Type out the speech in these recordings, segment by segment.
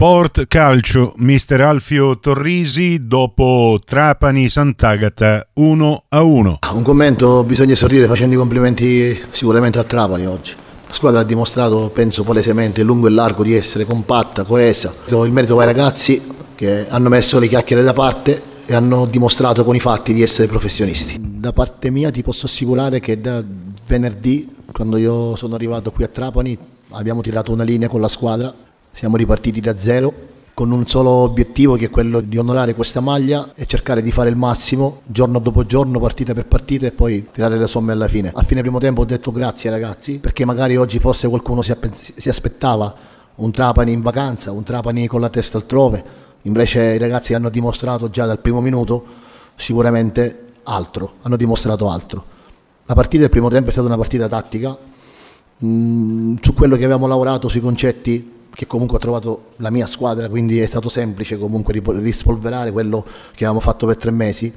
Sport Calcio, mister Alfio Torrisi dopo Trapani Sant'Agata 1-1. Un commento: bisogna esordire facendo i complimenti sicuramente al Trapani oggi. La squadra ha dimostrato, penso palesemente, lungo e largo, di essere compatta, coesa. Il merito va ai ragazzi che hanno messo le chiacchiere da parte e hanno dimostrato con i fatti di essere professionisti. Da parte mia ti posso assicurare che da venerdì, quando io sono arrivato qui a Trapani, abbiamo tirato una linea con la squadra, siamo ripartiti da zero con un solo obiettivo, che è quello di onorare questa maglia e cercare di fare il massimo giorno dopo giorno, partita per partita, e poi tirare le somme alla fine. A fine primo tempo ho detto grazie ragazzi, perché magari oggi forse qualcuno si aspettava un Trapani in vacanza, un Trapani con la testa altrove. Invece i ragazzi hanno dimostrato già dal primo minuto sicuramente altro, hanno dimostrato altro. La partita del primo tempo è stata una partita tattica, su quello che avevamo lavorato, sui concetti che comunque ha trovato la mia squadra, quindi è stato semplice comunque rispolverare quello che avevamo fatto per 3 mesi.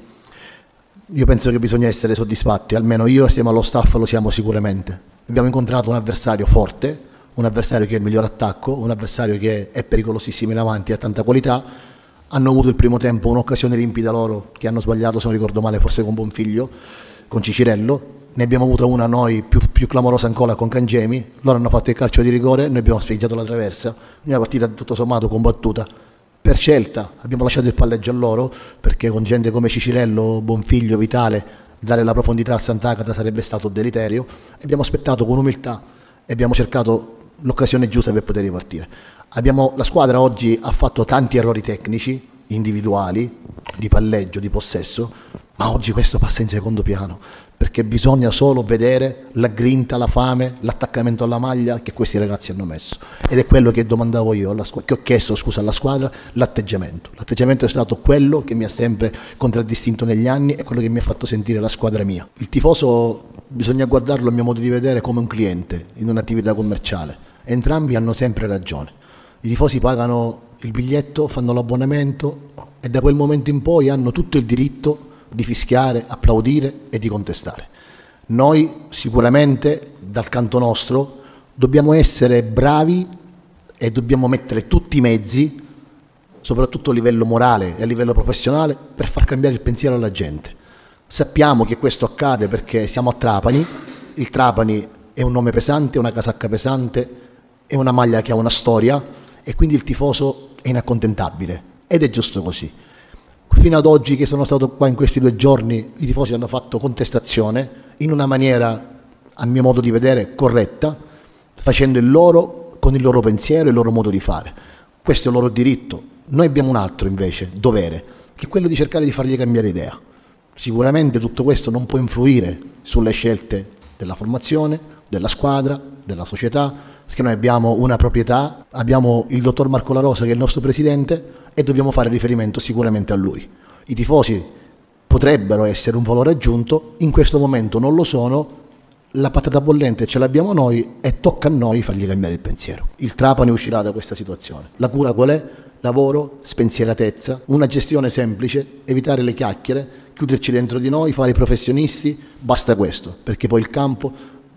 Io penso che bisogna essere soddisfatti, almeno io assieme allo staff lo siamo sicuramente. Abbiamo incontrato un avversario forte, un avversario che è il miglior attacco, un avversario che è pericolosissimo in avanti, ha tanta qualità. Hanno avuto il primo tempo un'occasione limpida loro, che hanno sbagliato, se non ricordo male, forse con Bonfiglio, con Cicirello. Ne abbiamo avuta una noi più clamorosa ancora con Cangemi. Loro hanno fatto il calcio di rigore, noi abbiamo sfignato la traversa. Una partita tutto sommato combattuta per scelta. Abbiamo lasciato il palleggio a loro, perché con gente come Cicirello, Bonfiglio, Vitale, dare la profondità a Sant'Agata sarebbe stato deleterio. Abbiamo aspettato con umiltà e abbiamo cercato l'occasione giusta per poter ripartire. La squadra oggi ha fatto tanti errori tecnici, individuali, di palleggio, di possesso, ma oggi questo passa in secondo piano, perché bisogna solo vedere la grinta, la fame, l'attaccamento alla maglia che questi ragazzi hanno messo, ed è quello che domandavo io che ho chiesto alla squadra: l'atteggiamento è stato quello che mi ha sempre contraddistinto negli anni e quello che mi ha fatto sentire la squadra mia. Il tifoso bisogna guardarlo, a mio modo di vedere, come un cliente in un'attività commerciale. Entrambi hanno sempre ragione. I tifosi pagano il biglietto, fanno l'abbonamento e da quel momento in poi hanno tutto il diritto di fischiare, applaudire e di contestare. Noi sicuramente dal canto nostro dobbiamo essere bravi e dobbiamo mettere tutti i mezzi, soprattutto a livello morale e a livello professionale, per far cambiare il pensiero alla gente. Sappiamo che questo accade perché siamo a Trapani, il Trapani è un nome pesante, una casacca pesante, è una maglia che ha una storia e quindi il tifoso è inaccontentabile, ed è giusto così. Fino ad oggi che sono stato qua in questi 2 giorni, i tifosi hanno fatto contestazione in una maniera, a mio modo di vedere, corretta, facendo con il loro pensiero e il loro modo di fare. Questo è il loro diritto. Noi abbiamo un altro invece dovere, che è quello di cercare di fargli cambiare idea. Sicuramente tutto questo non può influire sulle scelte della formazione, della squadra, della società, perché noi abbiamo una proprietà, abbiamo il dottor Marco La Rosa che è il nostro presidente e dobbiamo fare riferimento sicuramente a lui. I tifosi potrebbero essere un valore aggiunto, in questo momento non lo sono, la patata bollente ce l'abbiamo noi e tocca a noi fargli cambiare il pensiero. Il Trapani uscirà da questa situazione. La cura qual è? Lavoro, spensieratezza, una gestione semplice, evitare le chiacchiere, chiuderci dentro di noi, fare i professionisti, basta questo, perché poi il campo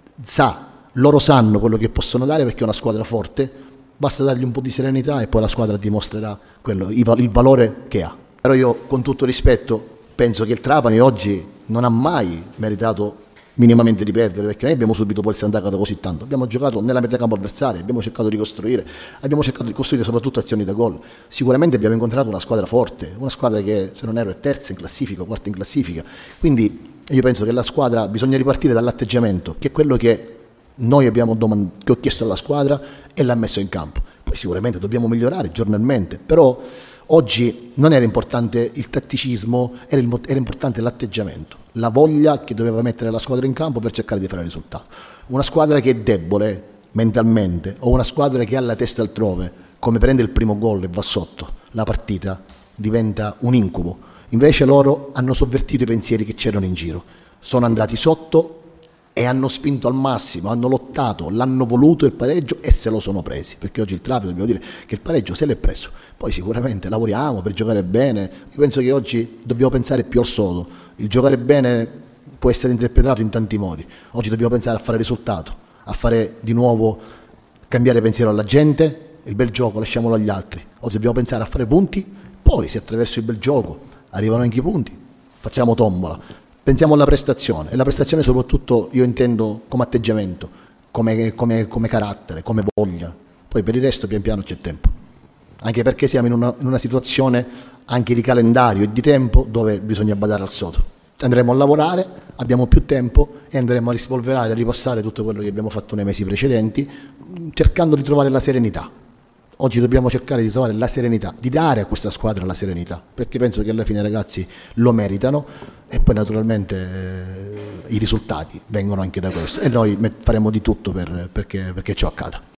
loro sanno quello che possono dare, perché è una squadra forte, basta dargli un po' di serenità e poi la squadra dimostrerà il valore che ha. Però io, con tutto rispetto, penso che il Trapani oggi non ha mai meritato minimamente di perdere, perché noi abbiamo subito poi il Sant'Agata così tanto, abbiamo giocato nella metà campo avversaria, abbiamo cercato di costruire, soprattutto azioni da gol. Sicuramente abbiamo incontrato una squadra forte, una squadra che, se non erro, è terza in classifica, quarta in classifica, quindi io penso che la squadra, bisogna ripartire dall'atteggiamento, che è quello che noi che ho chiesto alla squadra e l'ha messo in campo. Poi sicuramente dobbiamo migliorare giornalmente, però oggi non era importante il tatticismo, era importante l'atteggiamento, la voglia che doveva mettere la squadra in campo per cercare di fare risultato. Una squadra che è debole mentalmente o una squadra che ha la testa altrove, come prende il primo gol e va sotto, la partita diventa un incubo. Invece loro hanno sovvertito i pensieri che c'erano in giro, sono andati sotto e hanno spinto al massimo, hanno lottato, l'hanno voluto il pareggio e se lo sono presi, perché oggi il Trapani, dobbiamo dire che il pareggio se l'è preso. Poi sicuramente lavoriamo per giocare bene. Io penso che oggi dobbiamo pensare più al sodo. Il giocare bene può essere interpretato in tanti modi. Oggi dobbiamo pensare a fare risultato, a fare di nuovo cambiare pensiero alla gente il bel gioco lasciamolo agli altri. Oggi dobbiamo pensare a fare punti, poi se attraverso il bel gioco arrivano anche i punti, facciamo tombola. Pensiamo alla prestazione, e la prestazione soprattutto io intendo come atteggiamento, come carattere, come voglia. Poi per il resto pian piano c'è tempo. Anche perché siamo in una situazione anche di calendario e di tempo dove bisogna badare al sodo. Andremo a lavorare, abbiamo più tempo e andremo a rispolverare, a ripassare tutto quello che abbiamo fatto nei mesi precedenti, cercando di trovare la serenità. Oggi dobbiamo cercare di trovare la serenità, di dare a questa squadra la serenità, perché penso che alla fine i ragazzi lo meritano e poi naturalmente i risultati vengono anche da questo e noi faremo di tutto perché ciò accada.